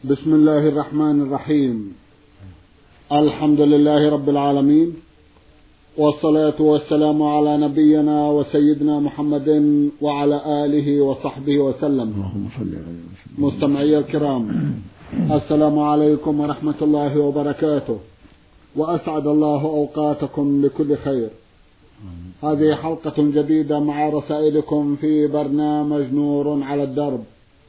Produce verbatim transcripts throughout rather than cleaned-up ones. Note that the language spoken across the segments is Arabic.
بسم الله الرحمن الرحيم. الحمد لله رب العالمين، والصلاة والسلام على نبينا وسيدنا محمد وعلى آله وصحبه وسلم. مستمعي الكرام، السلام عليكم ورحمة الله وبركاته، وأسعد الله أوقاتكم بكل خير. هذه حلقة جديدة مع رسائلكم في برنامج نور على الدرب.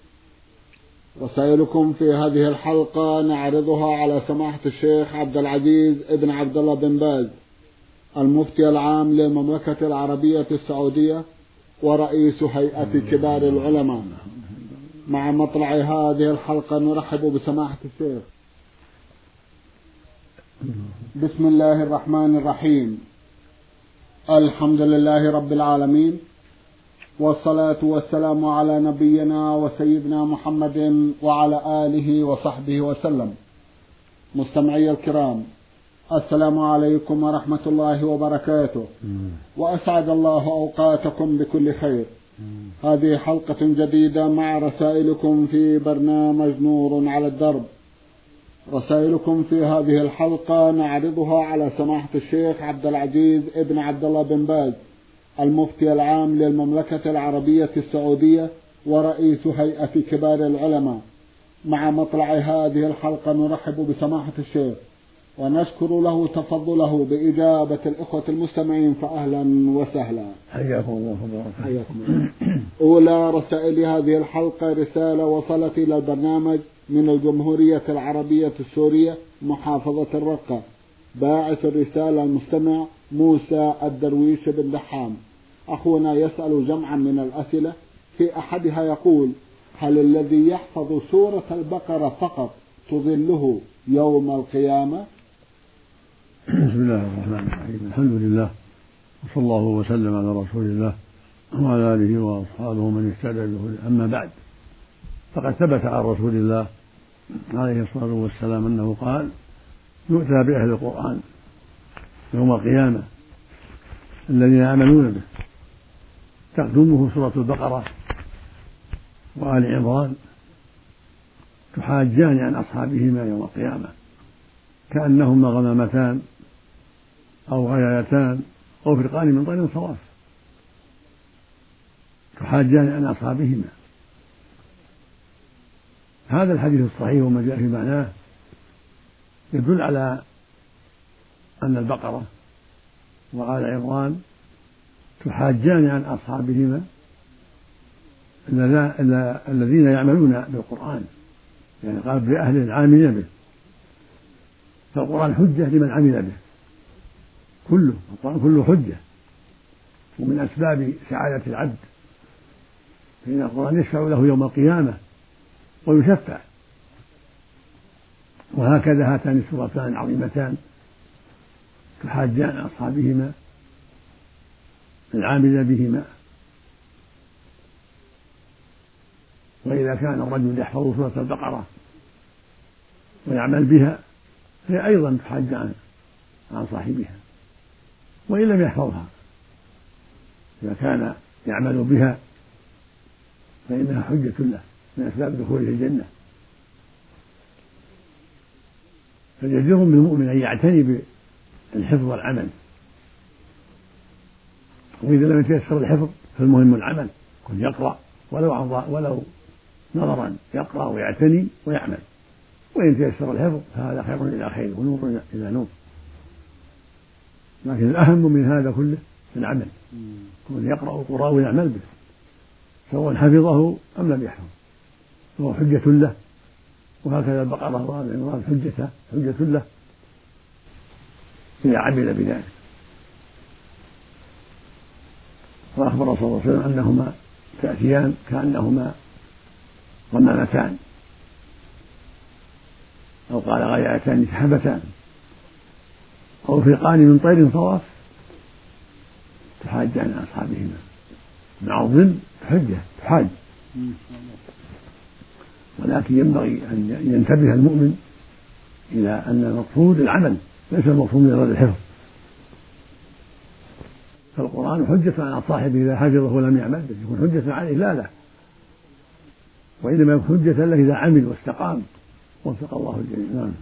رسائلكم في هذه الحلقة نعرضها على سماحة الشيخ عبد العزيز ابن عبد الله بن باز، المفتي العام للمملكة العربية السعودية ورئيس هيئة كبار العلماء. مع مطلع هذه الحلقة نرحب بسماحة الشيخ. بسم الله الرحمن الرحيم. الحمد لله رب العالمين، والصلاة والسلام على نبينا وسيدنا محمد وعلى آله وصحبه وسلم. مستمعي الكرام، السلام عليكم ورحمة الله وبركاته، وأسعد الله أوقاتكم بكل خير. هذه حلقة جديدة مع رسائلكم في برنامج نور على الدرب. رسائلكم في هذه الحلقة نعرضها على سماحة الشيخ عبد العزيز ابن عبد الله بن باز، المفتي العام للمملكة العربية السعودية ورئيس هيئة كبار العلماء. مع مطلع هذه الحلقة نرحب بسماحة الشيخ ونشكر له تفضله بإجابة الإخوة المستمعين، فأهلا وسهلا. حياكم الله وبارك حياكم الله. أولى رسائل هذه الحلقة رسالة وصلت إلى البرنامج من الجمهورية العربية السورية محافظة الرقة. باعث الرسالة المستمع موسى الدرويش بن دحام. أخونا يسأل جمعا من الأسئلة، في أحدها يقول: هل الذي يحفظ سورة البقرة فقط تظله يوم القيامة؟ بسم الله الرحمن الرحيم. الحمد لله، وصلى الله وسلم على رسول الله وعلى آله وأصحابه من اهتدى به. أما بعد، فقد ثبت عن رسول الله عليه الصلاة والسلام أنه قال: يؤتى بأهل القرآن يوم القيامة الذين يعملون به، تقدمه سورة البقرة وآل عمران، تحاجان عن أصحابهما يوم القيامة كأنهما غمامتان أو غيايتان أو فرقان من طير صواف، تحاجان عن أصحابهما. هذا الحديث الصحيح وما جاء في معناه يدل على أن البقرة وآل عمران تحاجان عن أصحابهما الذين يعملون بالقرآن، يعني قال بأهل العاملين به. فالقرآن حجة لمن عمل به كله، القرآن كله حجة، ومن أسباب سعادة العبد، فإن القرآن يشفع له يوم القيامة ويشفع. وهكذا هاتان السورتان عظيمتان تحاجان عن أصحابهما العامل بهما. وإذا كان الرجل يحفظ سورة البقرة ويعمل بها فهي أيضا تحاج عن صاحبها، وإن لم يحفظها إذا كان يعمل بها فإنها حجة له من أسباب دخوله الجنة. فالجدير بالمؤمن أن يعتني بالحفظ والعمل، وإذا لم يتيسر الحفظ فالمهم العمل، كن يقرأ ولو عن ولو نظرا، يقرأ ويعتني ويعمل. وإن تيسر الحفظ فهذا خير إلى خير ونور إلى نور. لكن الأهم من هذا كله العمل، كن يقرأ القرآن ويعمل به سواء حفظه أم لم يحفظ، فهو حجة له. وهكذا البقرة وآل عمران حجة حجة له إذا عمل بذلك. وأخبر صلى الله عليه وسلم أنهما تأتيان كأنهما غمامتان أو قال غيايتان سحبتان أو فرقان من طير صواف، تحاج عن أصحابهما مع الظل حجة تحاج. ولكن ينبغي أن ينتبه المؤمن إلى أن المقصود العمل ليس المقصود مجرد الحفظ. فالقرآن حجة على صاحبه إذا حفظه ولم يعمل به، يكون حجة عليه لا لا، وإنما يكون حجة له إذا عمل واستقام وفق الله الجميع. نعم.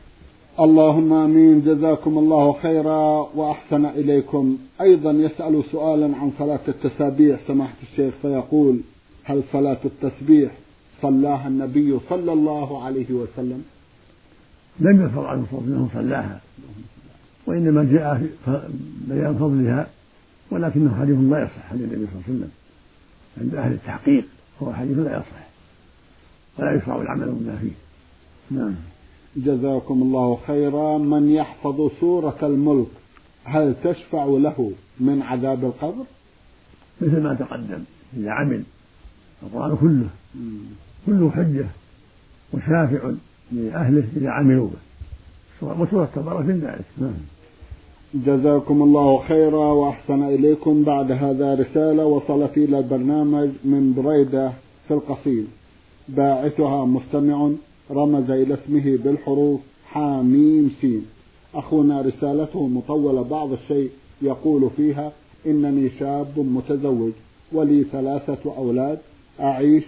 اللهم آمين. جزاكم الله خيرا وأحسن إليكم. أيضا يسأل سؤالا عن صلاة التسابيح سماحة الشيخ، فيقول: هل صلاة التسبيح صلاها النبي صلى الله عليه وسلم؟ لم يذكر عنه أنه صلاها، وإنما جاء في بيان فضلها، ولكنه حديث لا يصح عن النبي صلى الله عليه وسلم عند أهل التحقيق، هو حديث لا يصح ولا يشرع العمل بما فيه. نعم. جزاكم الله خيرا. من يحفظ سورة الملك هل تشفع له من عذاب القبر؟ مثل ما تقدم، إذا عمل القرآن كله كله حجة وشافع لأهله إذا عملوا به، وسورة تبارك من ذلك. نعم. جزاكم الله خيرا وأحسن إليكم. بعد هذا رسالة وصلت إلى البرنامج من بريدة في القصيم، باعثها مستمع رمز إلى اسمه بالحروف حاميم سين. أخونا رسالته مطولة بعض الشيء، يقول فيها: إنني شاب متزوج ولي ثلاثة أولاد، أعيش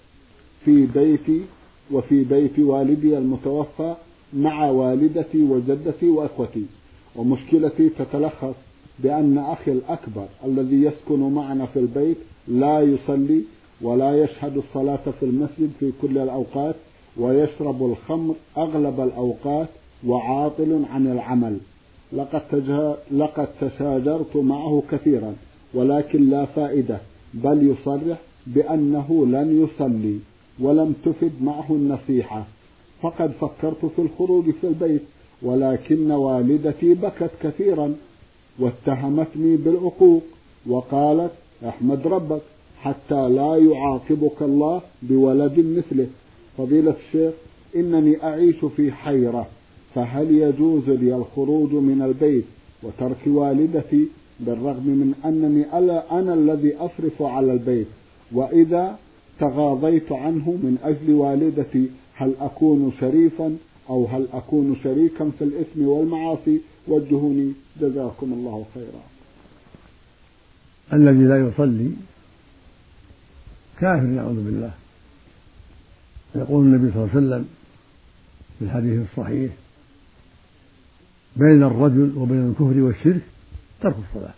في بيتي وفي بيت والدي المتوفى مع والدتي وجدتي وأخوتي، ومشكلتي تتلخص بأن أخي الأكبر الذي يسكن معنا في البيت لا يصلي ولا يشهد الصلاة في المسجد في كل الأوقات، ويشرب الخمر أغلب الأوقات، وعاطل عن العمل. لقد, لقد تشاجرت معه كثيرا ولكن لا فائدة، بل يصرح بأنه لن يصلي، ولم تفد معه النصيحة. فقد فكرت في الخروج في البيت، ولكن والدتي بكت كثيرا واتهمتني بالعقوق، وقالت: احمد ربك حتى لا يعاقبك الله بولد مثله. فضيلة الشيخ، إنني أعيش في حيرة، فهل يجوز لي الخروج من البيت وترك والدتي بالرغم من أنني أنا الذي أصرف على البيت؟ وإذا تغاضيت عنه من أجل والدتي هل أكون شريفا أو هل أكون شريكا في الإثم والمعاصي؟ وجهوني جزاكم الله خيرا. الذي لا يصلي كافر نعوذ بالله. يقول النبي صلى الله عليه وسلم في الحديث الصحيح: بين الرجل وبين الكفر والشرك ترك الصلاة.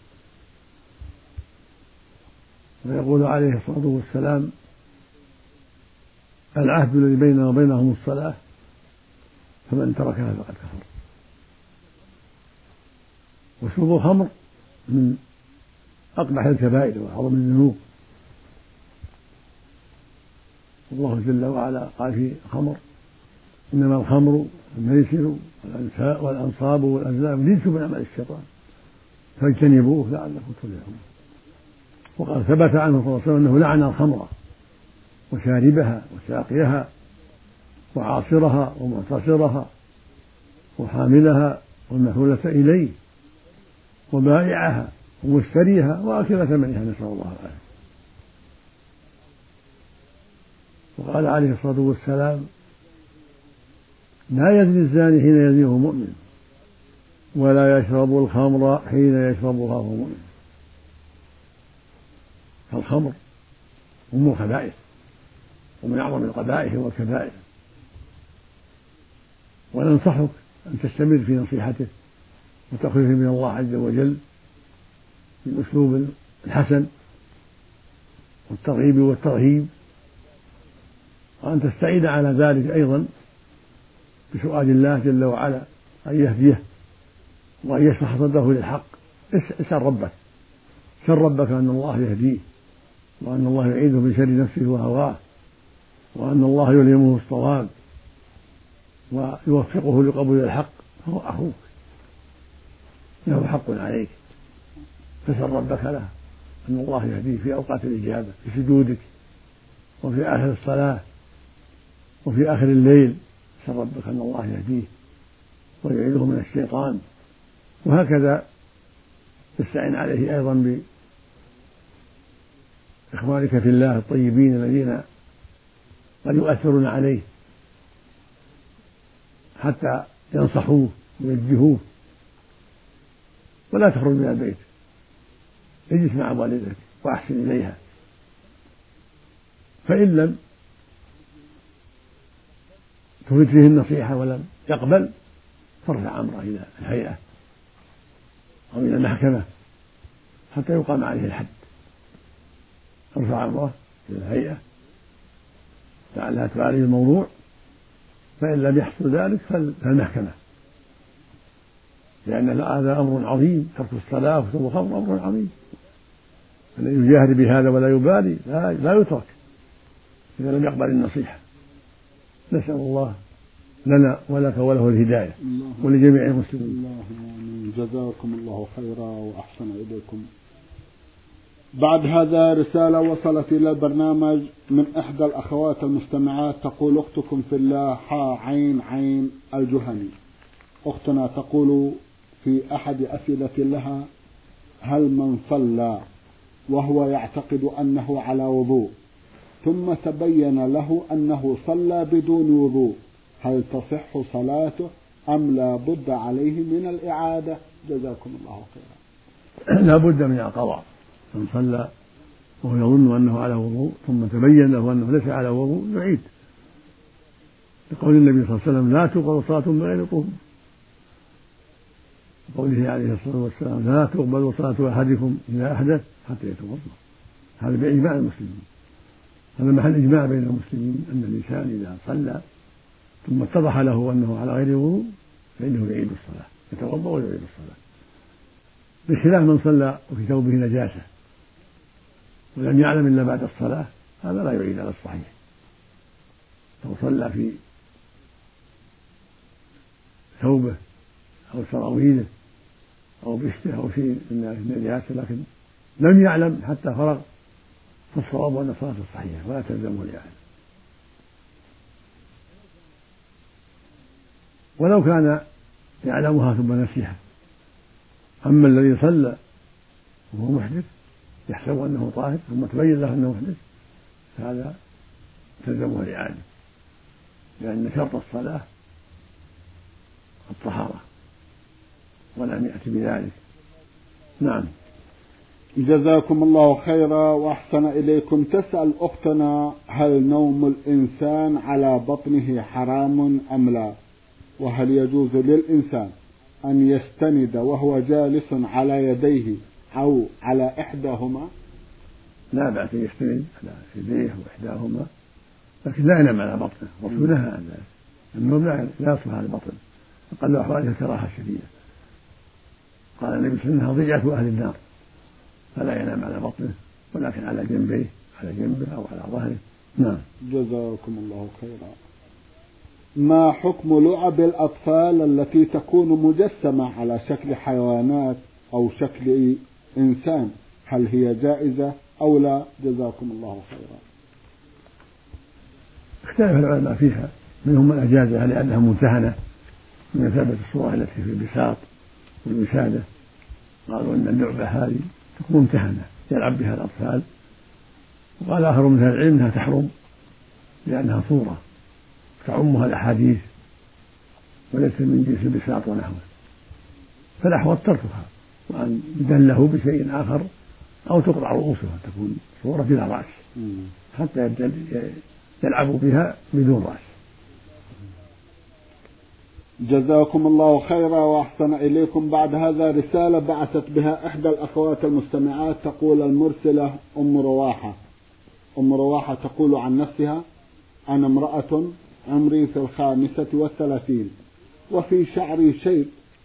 ويقول عليه الصلاة والسلام: العهد الذي بيننا وبينهم الصلاة، فمن تركها فقد كفر. وشرب الخمر من أقبح الكبائر وأعظم الذنوب. الله جل وعلا قال في الخمر: إنما الخمر والميسر والأنصاب والأزلام رجس من عمل الشيطان فاجتنبوه لعلكم تفلحون. وقال ثبت عنه صلى الله عليه وسلم أنه لعن الخمر وشاربها وساقيها وعاصرها ومعتصرها وحاملها والمحولة إليه وبائعها ومشتريها وآكل ثمنها، نسأل الله العافية. وقال عليه الصلاة والسلام: لا يزني الزاني حين يزني وهو مؤمن، ولا يشرب الخمر حين يشربها وهو مؤمن. فالخمر أم الخبائث ومن أعظم القبائح والكبائر، وننصحك أن تستمر في نصيحته وتخفيه من الله عز وجل بالأسلوب الحسن والترغيب والترهيب، وأن تستعين على ذلك أيضا بسؤال الله جل وعلا أن يهديه وأن يشرح صدره للحق. اسأل ربك سل ربك أن الله يهديه، وأن الله يعيده من شر نفسه وهواه، وأن الله يلهمه الصواب ويوفقه لقبول الحق. فهو أخوك له حق عليك، فسل ربك له أن الله يهديه في أوقات الإجابة، في سجودك وفي آخر الصلاة وفي آخر الليل. سل ربك أن الله يهديه ويعيده من الشيطان. وهكذا تستعين عليه أيضا بإخوانك في الله الطيبين الذين قد يؤثرون عليه حتى ينصحوه ويوجهوه. ولا تخرج من البيت، اجلس مع والدتك وأحسن إليها، فإن لم تريد فيه النصيحة ولم يقبل فارفع أمره إلى الهيئة أو إلى المحكمة حتى يقام عليه الحد. ارفع أمره إلى الهيئة لعلها تعالج الموضوع، فإن لم يحصل ذلك فالمحكمة، لأن هذا أمر عظيم، ترك الصلاة وشرب الخمر أمر عظيم، الذي يجاهر بهذا ولا يبالي لا, لا يترك إذا لم يقبل النصيحة. نسأل الله لنا ولك وله الهداية ولجميع المسلمين. اللهم جزاكم الله خيرا وأحسن إليكم. بعد هذا رسالة وصلت إلى البرنامج من إحدى الأخوات المستمعات، تقول: أختكم في الله حا عين عين الجهني. أختنا تقول في أحد أسئلة لها: هل من صلى وهو يعتقد أنه على وضوء ثم تبين له أنه صلى بدون وضوء هل تصح صلاته أم لا بد عليه من الإعادة؟ جزاكم الله خيرا. لا بد من القضاء. من صلى وهو يظن أنه على وضوء ثم تبين له أنه ليس على وضوء يعيد، لقول النبي صلى الله عليه وسلم: لا تقبل صلاة بغير طهور، وقوله عليه الصلاة والسلام: لا تقبل صلاة أحدكم إذا أحدث حتى يتوضأ. هذا بإجماع المسلمين، هذا محل إجماع بين المسلمين أن الإنسان إذا صلى ثم اتضح له أنه على غير وضوء فإنه يعيد الصلاة، يتوضأ ويعيد الصلاة، بخلاف من صلى وفي ثوبه نجاسة ولم يعلم إلا بعد الصلاة، هذا لا يعيد على الصحيح. لو صلى في ثوبه أو سراويله أو بشته أو شيء من النجاسة لكن لم يعلم حتى فرغ فالصواب أن الصلاة صحيحة ولا تلزمه الإعادة. ولو كان يعلمها ثم نسيها. أما الذي صلى وهو محدث يحسب أنه طاهر ثم تبين له أنه محدث فهذا تلزمه الإعادة، لأن شرط الصلاة الطهارة ولم يأتي بذلك. نعم. جزاكم الله خيرا وأحسن إليكم. تسأل أختنا: هل نوم الإنسان على بطنه حرام أم لا؟ وهل يجوز للإنسان أن يستند وهو جالس على يديه أو على إحداهما؟ لا بأس يستند على يديه وإحداهما، لكن لا ينام على بطنه. الرسول نهى عن ذلك، النوم لا يصلح على البطن، أقل أحواله الكراهة الشديدة. قال النبي صلى الله عليه وسلم: ضيعة أهل النار، فلا ينام على بطنه ولكن على جنبيه، على جنبه أو على ظهره. نعم. جزاكم الله خيرا. ما حكم لعب الأطفال التي تكون مجسمة على شكل حيوانات أو شكل إنسان؟ هل هي جائزة أو لا؟ جزاكم الله خيرا. اختلف العلماء فيها، منهم من أجازها لأنها ممتهنة من مثابة الصورة التي في البساط والوسادة، قالوا أن اللعبة هذه تكون ممتهنة يلعب بها الأطفال، وقال آخر من أهل العلم أنها تحرم لأنها صورة تعمها الأحاديث وليس من جنس البساط ونحوه، فالأحوط تركها وأن يدله بشيء آخر أو تقطع رؤوسها تكون صورة بلا رأس حتى يلعب بها بدون رأس. جزاكم الله خيرا وأحسن إليكم. بعد هذا رسالة بعثت بها إحدى الأخوات المستمعات، تقول المرسلة أم رواحة. أم رواحة تقول عن نفسها: أنا امرأة عمري في الخامسة والثلاثين وفي شعري شيء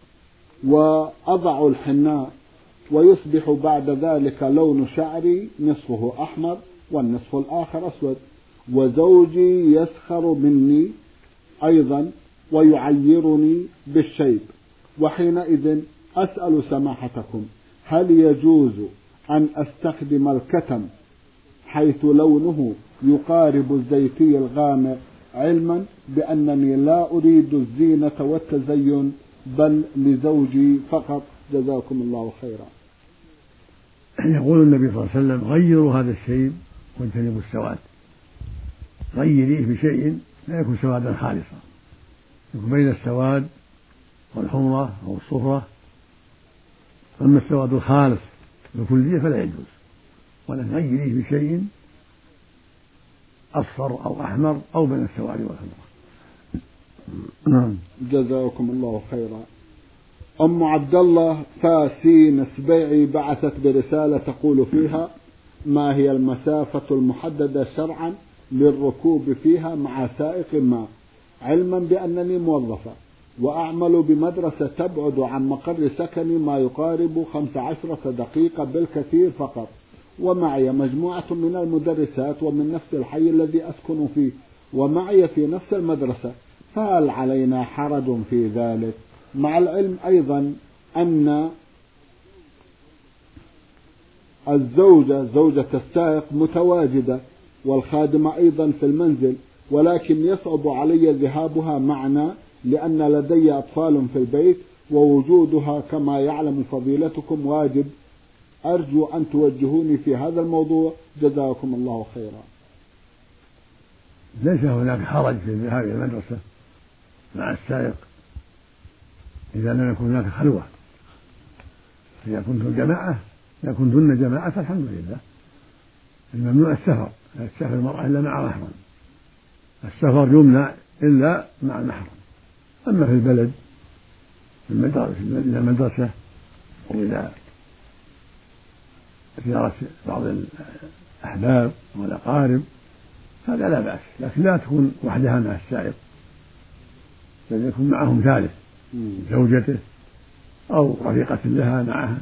وأضع الحناء ويصبح بعد ذلك لون شعري نصفه أحمر والنصف الآخر أسود، وزوجي يسخر مني أيضا ويعيرني بالشيب، وحينئذ أسأل سماحتكم: هل يجوز أن أستخدم الكتم حيث لونه يقارب الزيتي الغامق، علما بأنني لا أريد الزينة والتزين بل لزوجي فقط؟ جزاكم الله خيرا. يقول النبي صلى الله عليه وسلم: غيروا هذا الشيب واجتنبوا السواد. غيريه بشيء لا يكون سوادا خالصا، يكون بين السواد والحمرة أو الصفرة، أما السواد الخالص بالكلية فلا يجوز، ولكن غيريه بشيء أصفر أو أحمر أو بين السواد والحمرة. نعم. جزاكم الله خيرا. أم عبد الله فاسين السبيعي بعثت برسالة تقول فيها: ما هي المسافة المحددة شرعا للركوب فيها مع سائق ما، علما بأنني موظفة وأعمل بمدرسة تبعد عن مقر سكني ما يقارب خمس عشرة دقيقة بالكثير فقط، ومعي مجموعة من المدرسات ومن نفس الحي الذي أسكن فيه، ومعي في نفس المدرسة، فهل علينا حرج في ذلك؟ مع العلم أيضا أن الزوجة زوجة السائق متواجدة والخادمة أيضا في المنزل، ولكن يصعب علي ذهابها معنا لأن لدي أطفال في البيت، ووجودها كما يعلم فضيلتكم واجب. أرجو أن توجهوني في هذا الموضوع، جزاكم الله خيرا. ليس هناك حرج في الذهاب إلى المدرسة مع السائق إذا لم يكن هناك خلوة. إذا كنتم جماعة إذا كنتن جماعة فالحمد لله. الممنوع السفر، لا تسافر المرأة إلا مع محرم، السفر يمنع إلا مع المحرم. أما في البلد إلى المدرسة وإلى زيارة بعض الأحباب والأقارب هذا لا بأس، لكن لا تكون وحدها مع السائق، بل يكون معهم ثالث زوجته أو رفيقة لها معها،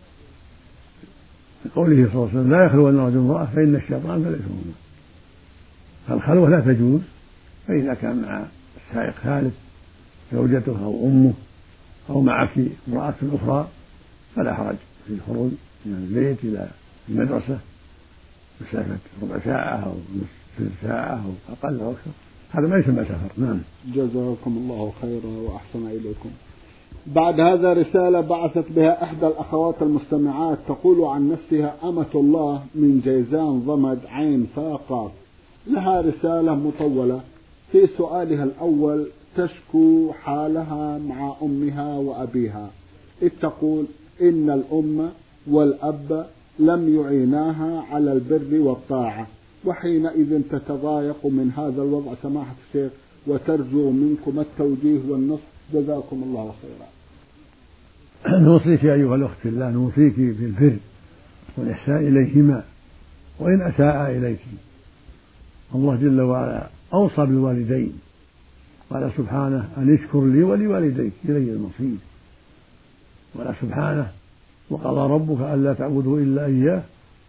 لقوله صلى الله عليه وسلم: لا يخلون رجل امرأة فإن الشيطان فليس هما. فالخلوة لا تجوز، فإذا كان مع السائق ثالث زوجته أو أمه أو معك امرأة أخرى فلا حرج في الخروج من البيت إلى المدرسة مسافة ربع ساعة أو نصف ساعة أو أقل أو أكثر، هذا ما يسمى سفر. نعم. جزاكم الله خيرا وأحسن إليكم. بعد هذا رسالة بعثت بها إحدى الأخوات المستمعات تقول عن نفسها: أمة الله من جيزان ضمد عين فاقاف. لها رسالة مطولة. في سؤالها الأول تشكو حالها مع أمها وأبيها، إذ تقول إن الأم والأب لم يعيناها على البر والطاعة، وحينئذ تتضايق من هذا الوضع سماحة الشيخ، وترجو منكم التوجيه والنصح، جزاكم الله خيرا. نوصيك أيها الأخت في الله، نوصيك بالبر والإحسان إليهما وإن أساء إليك. الله جل وعلا أوصى بالوالدين، قال سبحانه: أن اشكر لي ولوالديك إلي المصير. قال سبحانه: وقضى ربك ألا تعبدوا إلا إياه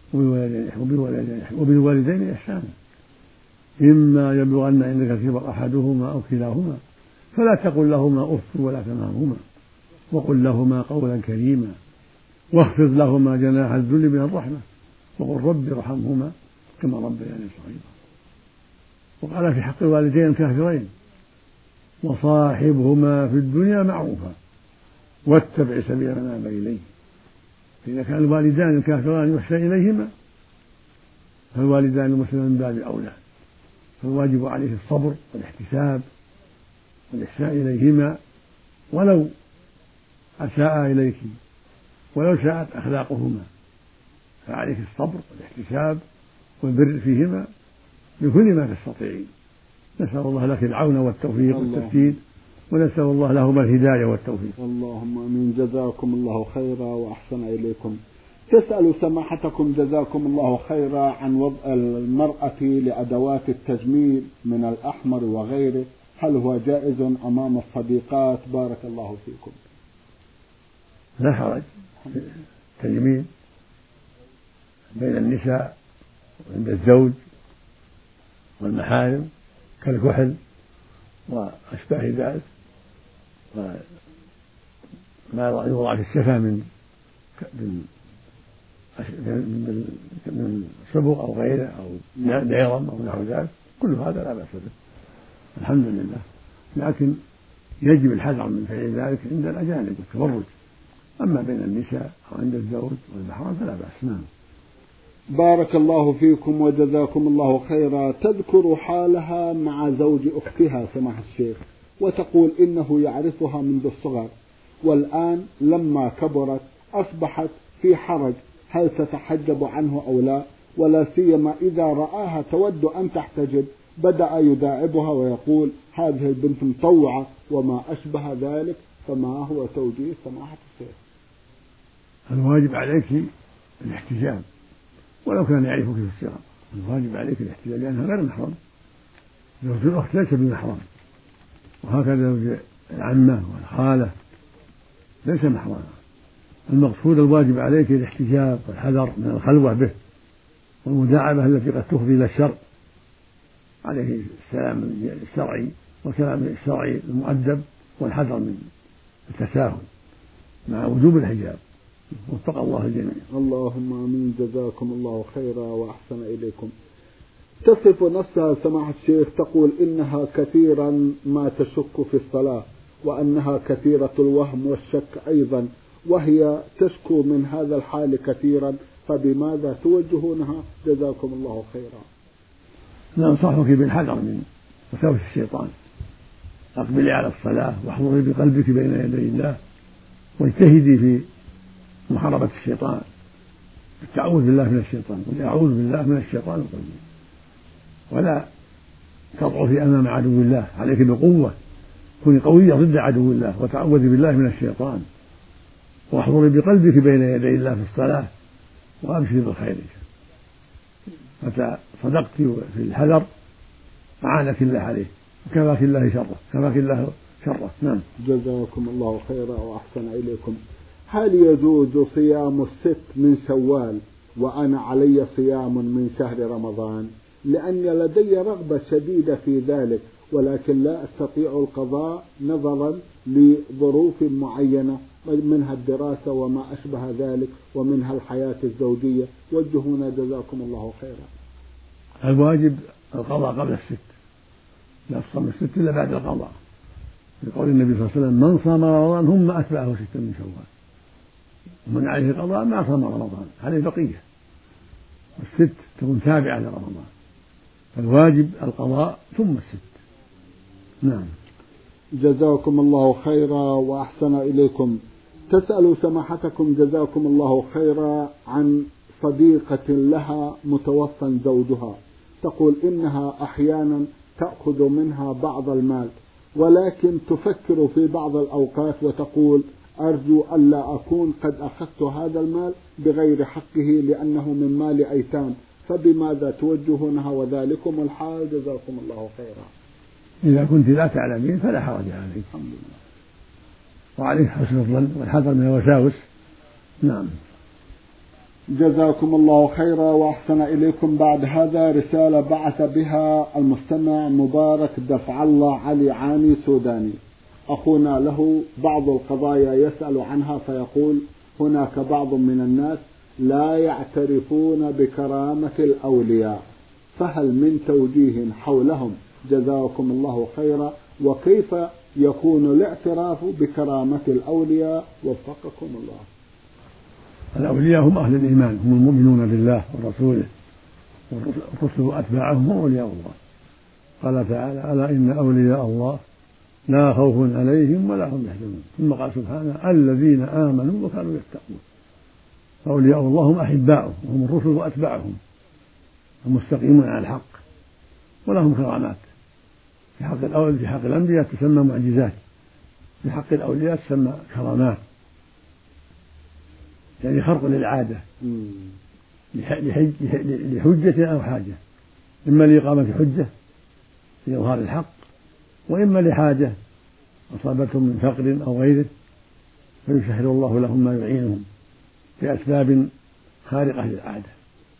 وبالوالدين إحسانا إما يبلغن عندك الكبر أحدهما أو كلاهما فلا تقل لهما أف ولا تنهرهما وقل لهما قولا كريما واخفض لهما جناح الذل من الرحمة وقل رب ارحمهما كما ربياني صغيرا. وقال في حق الوالدين الكافرين: وصاحبهما في الدنيا معروفا واتبع سبيل من أناب إليه. إذا كان الوالدان الكافران يحسن إليهما فالوالدان المسلمين من باب أولى، فالواجب عليه الصبر والاحتساب والإحسان إليهما ولو أساء إليك ولو ساءت أخلاقهما، فعليك الصبر والاحتساب والبر فيهما بكل ما تستطيعين. نسأل الله لك العون والتوفيق والتسديد، ونسأل الله لهما الهداية والتوفيق. اللهم آمين. جزاكم الله خيرا وأحسن إليكم. تسأل سماحتكم جزاكم الله خيرا عن وضع المرأة لأدوات التجميل من الأحمر وغيره، هل هو جائز أمام الصديقات؟ بارك الله فيكم. لا حرج في التجميل بين النساء وعند الزوج والمحارم كالكحل وأشباه ذلك وما يوضع في الشفا من من صبغ أو غيره أو ديرم أو نحو ذلك، كل هذا لا بأس به الحمد لله، لكن يجب الحذر من فعل ذلك عند الأجانب والتبرج، أما بين النساء أو عند الزوج والمحرم فلا بأس. نعم. بارك الله فيكم وجزاكم الله خيرا. تذكر حالها مع زوج أختها سماحة الشيخ، وتقول إنه يعرفها منذ الصغر، والآن لما كبرت أصبحت في حرج، هل تتحجب عنه أو لا؟ ولا سيما إذا رآها تود أن تحتجب بدأ يداعبها ويقول هذه البنت مطوعة وما أشبه ذلك، فما هو توجيه سماحة الشيخ؟ الواجب عليك الاحتجاب ولو كان يعرفك في الصغر، الواجب عليك الاحتجاب لأنها غير محرم، زوج الأخت ليس بمحرم، وهكذا زوج العمة والخالة ليس محرما. المقصود الواجب عليك الاحتجاب والحذر من الخلوة به والمداعبة التي قد تفضي إلى الشر، عليه السلام الشرعي والكلام الشرعي المؤدب والحذر من التساهل مع وجوب الحجاب. وفق الله الجميع. اللهم آمين. جزاكم الله خيرا وأحسن إليكم. تصف نفسها سماحة الشيخ تقول إنها كثيرا ما تشك في الصلاة وأنها كثيرة الوهم والشك أيضا، وهي تشكو من هذا الحال كثيرا، فبماذا توجهونها؟ جزاكم الله خيرا. ننصحك بالحذر من وساوس الشيطان، أقبلي على الصلاة واحضري بقلبك بين يدي الله واجتهدي في محاربة الشيطان بالتعوذ بالله من الشيطان، قل أعوذ بالله من الشيطان الرجيم، ولا تضعفي أمام عدو الله، عليك بقوة، كوني قوية ضد عدو الله وتعوذي بالله من الشيطان واحضري بقلبك بين يدي الله في الصلاة وأبشري بالخير. متى صدقت في الحذر أعانك الله عليه وكفاك الله شره، كفاك الله شره. نعم. جزاكم الله خيرا وأحسن إليكم. هل يجوز صيام الست من شوال وأنا علي صيام من شهر رمضان؟ لأن لدي رغبة شديدة في ذلك ولكن لا أستطيع القضاء نظرا لظروف معينة، منها الدراسة وما أشبه ذلك ومنها الحياة الزوجية. وجهونا جزاكم الله خيرا. الواجب القضاء قبل الست، لا تصوم الست إلا بعد القضاء، لقول النبي صلى الله عليه وسلم من صام رمضان ثم أتبعه ستا من شوال، ومن عليه القضاء ما صام رمضان عليه بقية، والست تكون تابعة لرمضان، فالواجب القضاء ثم الست. نعم. جزاكم الله خيرا وأحسن إليكم. تسأل سماحتكم جزاكم الله خيرا عن صديقة لها متوفى زوجها، تقول إنها أحيانا تأخذ منها بعض المال ولكن تفكر في بعض الأوقات وتقول أرجو ألا أكون قد أخذت هذا المال بغير حقه لأنه من مال أيتام، فبماذا توجهونها وذلكم الحال؟ جزاكم الله خيرا. إذا كنت لا تعلمين فلا حرج عليك، الحمد لله، وعليك حسن الظن والحذر من الوساوس. نعم. جزاكم الله خيرا وأحسن إليكم. بعد هذا رسالة بعث بها المستمع مبارك دفع الله علي عاني سوداني، أخونا له بعض القضايا يسأل عنها فيقول هناك بعض من الناس لا يعترفون بكرامة الأولياء، فهل من توجيه حولهم؟ جزاكم الله خيرا، وكيف يكون الاعتراف بكرامة الأولياء؟ وفقكم الله. الأولياء هم أهل الإيمان، هم المؤمنون بالله ورسوله، والرسل وأتباعهم هم أولياء الله. قال تعالى ألا إن أولياء الله لا خوف عليهم ولا هم يحزنون، ثم قال سبحانه الذين آمنوا وكانوا يتقون. فأولياء الله هم أحباؤهم وهم الرسل وأتباعهم المستقيمون على الحق، ولهم كرامات. في حق الأولياء في حق الأنبياء تسمى معجزات، في حق الأولياء تسمى كرامات، يعني خرق للعادة لحجة أو حاجة، إما لإقامة حجة في إظهار الحق، وإما لحاجة أصابتهم من فقر أو غيره فيسهل الله لهم ما يعينهم بأسباب خارقة للعادة،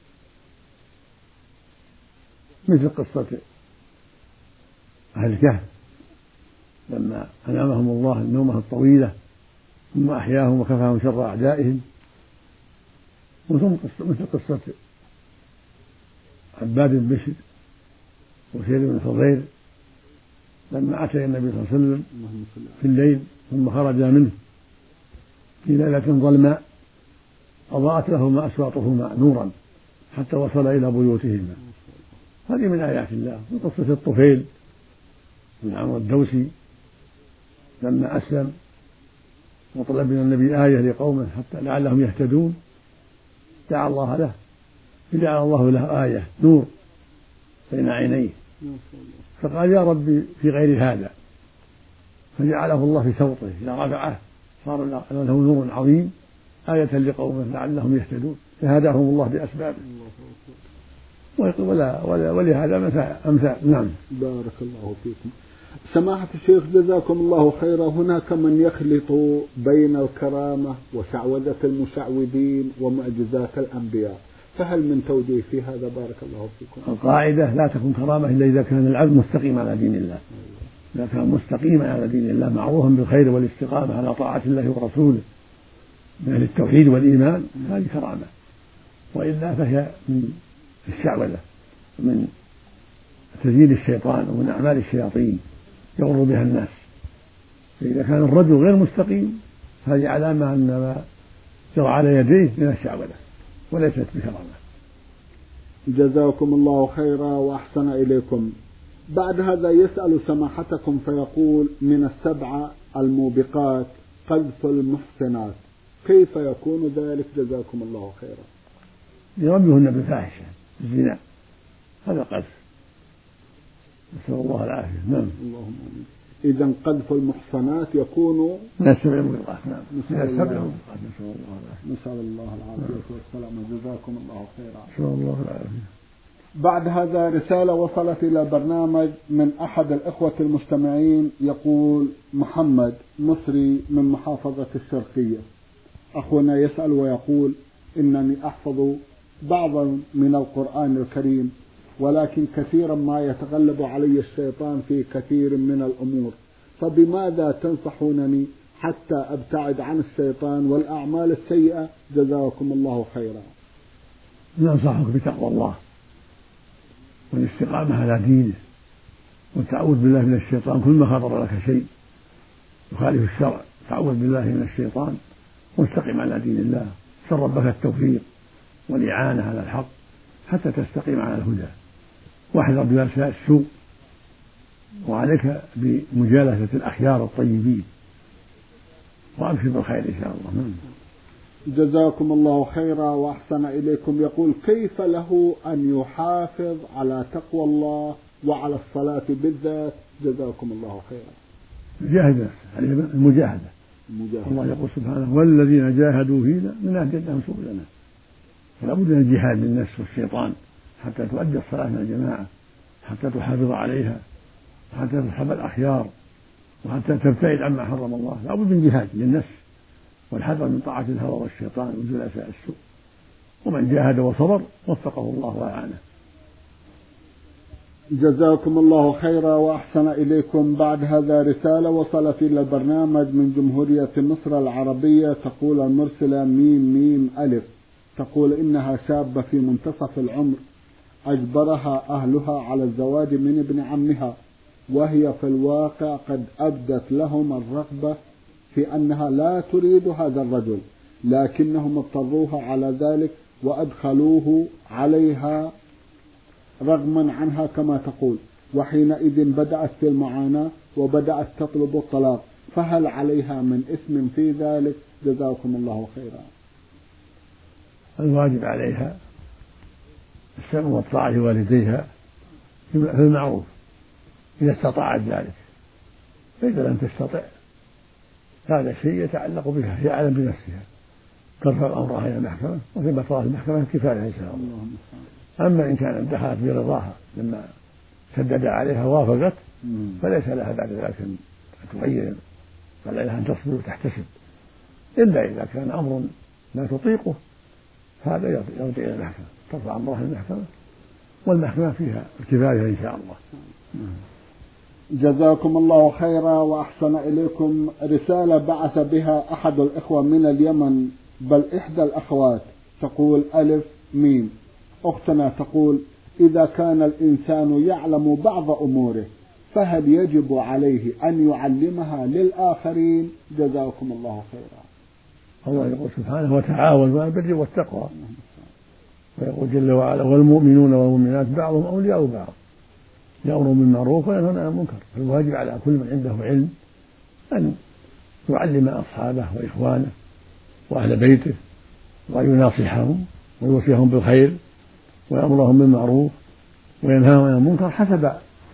مثل قصة أهل الكهف لما أنامهم الله النومة الطويلة ثم أحياهم وكفاهم شر أعدائهم، مثل قصة عباد بن بشر وسيد بن حضير لما أتى النبي صلى الله عليه وسلم في الليل ثم خرج منه في ليلة ظلماء أضاءت لهما أسواطهما نورا حتى وصل إلى بيوتهما. هذه من آيات الله. وقصة الطفيل بن عمرو الدوسي لما أسلم وطلب من النبي آية لقومه حتى لعلهم يهتدون دعا الله له فجعل الله له آية نور بين عينيه فقال يا ربي في غير هذا، فجعله الله في سوطه إذا رفعه صار له نور عظيم آية لقومه لعلهم يهتدون، فهداهم الله بأسبابه. ولا ولا ولهذا أمثال. نعم. بارك الله فيكم. سماحة الشيخ جزاكم الله خيرا، هناك من يخلط بين الكرامة وشعوذة المشعوذين ومعجزات الأنبياء، فهل من توجيه في هذا؟ بارك الله فيكم. القاعدة لا تكون كرامة إلا إذا كان العبد مستقيم على دين الله، إذا كان مستقيما على دين الله معروفا بالخير والاستقامة على طاعة الله ورسوله من أهل التوحيد والإيمان، هذه كرامة. وإلا فهي من الشعوذة ومن تزيين الشيطان ومن أعمال الشياطين يغر بها الناس. فإذا كان الرجل غير مستقيم هذه علامة أن ما جرى على يديه من الشعوذة وليست بكرامة. جزاكم الله خيرا وأحسن إليكم. بعد هذا يسأل سماحتكم فيقول: من السبعة الموبقات قذف المحسنات، كيف يكون ذلك؟ جزاكم الله خيرا. يرميهن بالفاحشة الزنا، هذا قذف، نسأل الله العافية. نعم. اللهم آمين. إذن قذف المحصنات يكون من السبع الموبقات. نعم، من السبع الموبقات. نسأل الله العافية. نسأل الله العافية والسلامة. جزاكم الله خيرا. نسأل الله العافية. بعد هذا رسالة وصلت إلى برنامج من أحد الإخوة المستمعين، يقول: محمد مصري من محافظة الشرقية. أخونا يسأل ويقول: إنني أحفظ بعضا من القرآن الكريم، ولكن كثيرا ما يتغلب علي الشيطان في كثير من الأمور، فبماذا تنصحونني حتى أبتعد عن الشيطان والأعمال السيئة؟ جزاكم الله خيرا. ننصحك بتقوى الله والاستقامة على دينه والتعوذ بالله من الشيطان، كل ما خطر لك شيء يخالف الشرع تعوذ بالله من الشيطان واستقم على دين الله، سل ربك التوفيق والإعانة على الحق حتى تستقيم على الهدى، واحذر بمساء السوء، وعليك بمجالسة الأخيار الطيبين، وأبشر بالخير إن شاء الله. جزاكم الله خيرا وأحسن إليكم. يقول: كيف له أن يحافظ على تقوى الله وعلى الصلاة بالذات؟ جزاكم الله خيرا. جاهد نفسه، المجاهدة. الله يقول سبحانه: والذين جاهدوا فينا لنهدينهم سبلنا. فلا بد من الجهاد للنفس والشيطان حتى تؤدي الصلاة من الجماعة، حتى تحافظ عليها، حتى تصحب الأخيار، وحتى تبتعد عما حرم الله. لا بد من جهاد للنفس والحذر من طاعة الهوى والشيطان وجلساء السوء، ومن جاهد وصبر وفقه الله وأعانه. جزاكم الله خيرا وأحسن إليكم. بعد هذا رسالة وصلت إلى البرنامج من جمهورية مصر العربية، تقول المرسلة ميم ميم ألف، تقول: إنها شابة في منتصف العمر أجبرها أهلها على الزواج من ابن عمها، وهي في الواقع قد أبدت لهم الرغبة في أنها لا تريد هذا الرجل، لكنهم اضطروها على ذلك وأدخلوه عليها رغما عنها كما تقول، وحينئذ بدأت في المعاناة وبدأت تطلب الطلاق، فهل عليها من إثم في ذلك؟ جزاكم الله خيرا. الواجب عليها السمع والطاعة لوالديها في المعروف إذا استطاعت ذلك، فإذا لم تستطع هذا شيء يتعلق بها، هي أعلم بنفسها، ترفع أمرها إلى المحكمة، وفيما ترى المحكمة كفاية إن شاء الله. أما إن كانت دخلت برضاها لما شدد عليها وافقت فليس لها بعد ذلك أن تغير، بل لها أن تصبر وتحتسب، إلا إذا كان أمر لا تطيقه هذا يرجع إلى المحكمة، ترفع أمرها إلى المحكمة، والمحكمة فيها الكفاية إن شاء الله. جزاكم الله خيرا وأحسن إليكم. رسالة بعث بها أحد الإخوة من اليمن، بل إحدى الأخوات، تقول: ألف ميم. أختنا تقول: إذا كان الإنسان يعلم بعض أموره فهل يجب عليه أن يعلمها للآخرين؟ جزاكم الله خيرا. الله يقول سبحانه: وتعاونوا على البر والتقوى، ويقول جل وعلا: والمؤمنون والمؤمنات بعضهم أولياء بعض يأمرون بالمعروف وينهون عن المنكر. فالواجب على كل من عنده علم أن يعلم أصحابه وإخوانه وأهل بيته، ويناصحهم ويوصيهم بالخير ويأمرهم بالمعروف وينهاهم عن المنكر حسب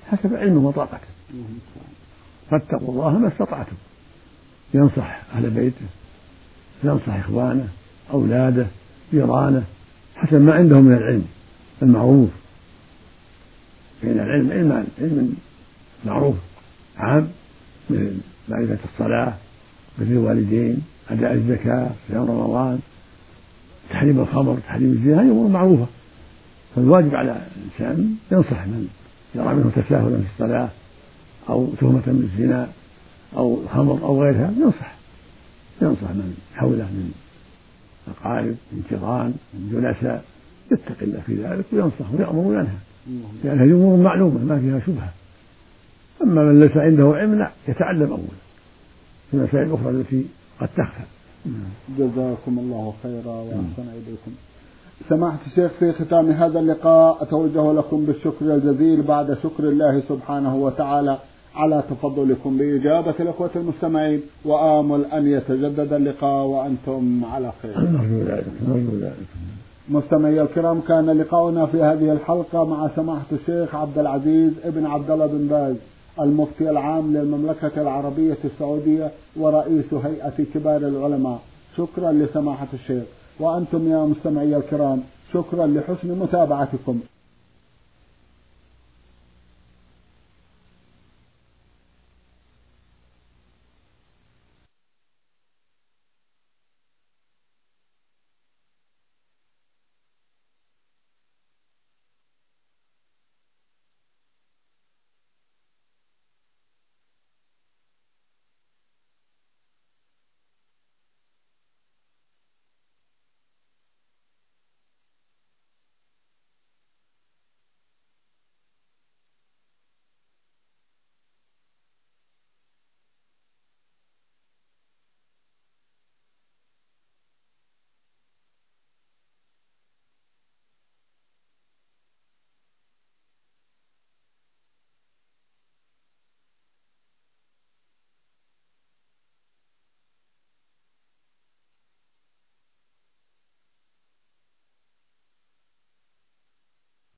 حسب علمه وطاقته. فاتقوا الله ما استطعتم، ينصح أهل بيته، ينصح إخوانه، أولاده، جيرانه، حسب ما عندهم من العلم المعروف. فإن العلم علمان، علم معروف عام، مثل معرفة الصلاة، بر الوالدين، أداء الزكاة، صيام رمضان، تحريم الخمر، تحريم الزنا، هذه أمور معروفة. فالواجب على الإنسان ينصح من يرى منه تساهلا في الصلاة أو تهمة بالزنا أو الخمر أو غيرها، ينصح ينصح من حوله من أقارب، من جيران، من جلساء، يتقي الله في ذلك وينصح ويأمر وينهى، لأن هذه أمور معلومة ما فيها شبهة. أما من ليس عنده علم لا، يتعلم أولا في المسائل الأخرى التي قد تخفى. جزاكم الله خيرا وأحسن إليكم. سماحة الشيخ، في ختام هذا اللقاء أتوجه لكم بالشكر الجزيل بعد شكر الله سبحانه وتعالى على تفضلكم بإجابة الأخوة المستمعين، وآمل أن يتجدد اللقاء وأنتم على خير. نرجو ذلك نرجو ذلك. مستمعي الكرام، كان لقاؤنا في هذه الحلقة مع سماحة الشيخ عبد العزيز ابن عبد الله بن باز، المفتي العام للمملكة العربية السعودية ورئيس هيئة كبار العلماء. شكرا لسماحة الشيخ، وأنتم يا مستمعي الكرام شكرا لحسن متابعتكم.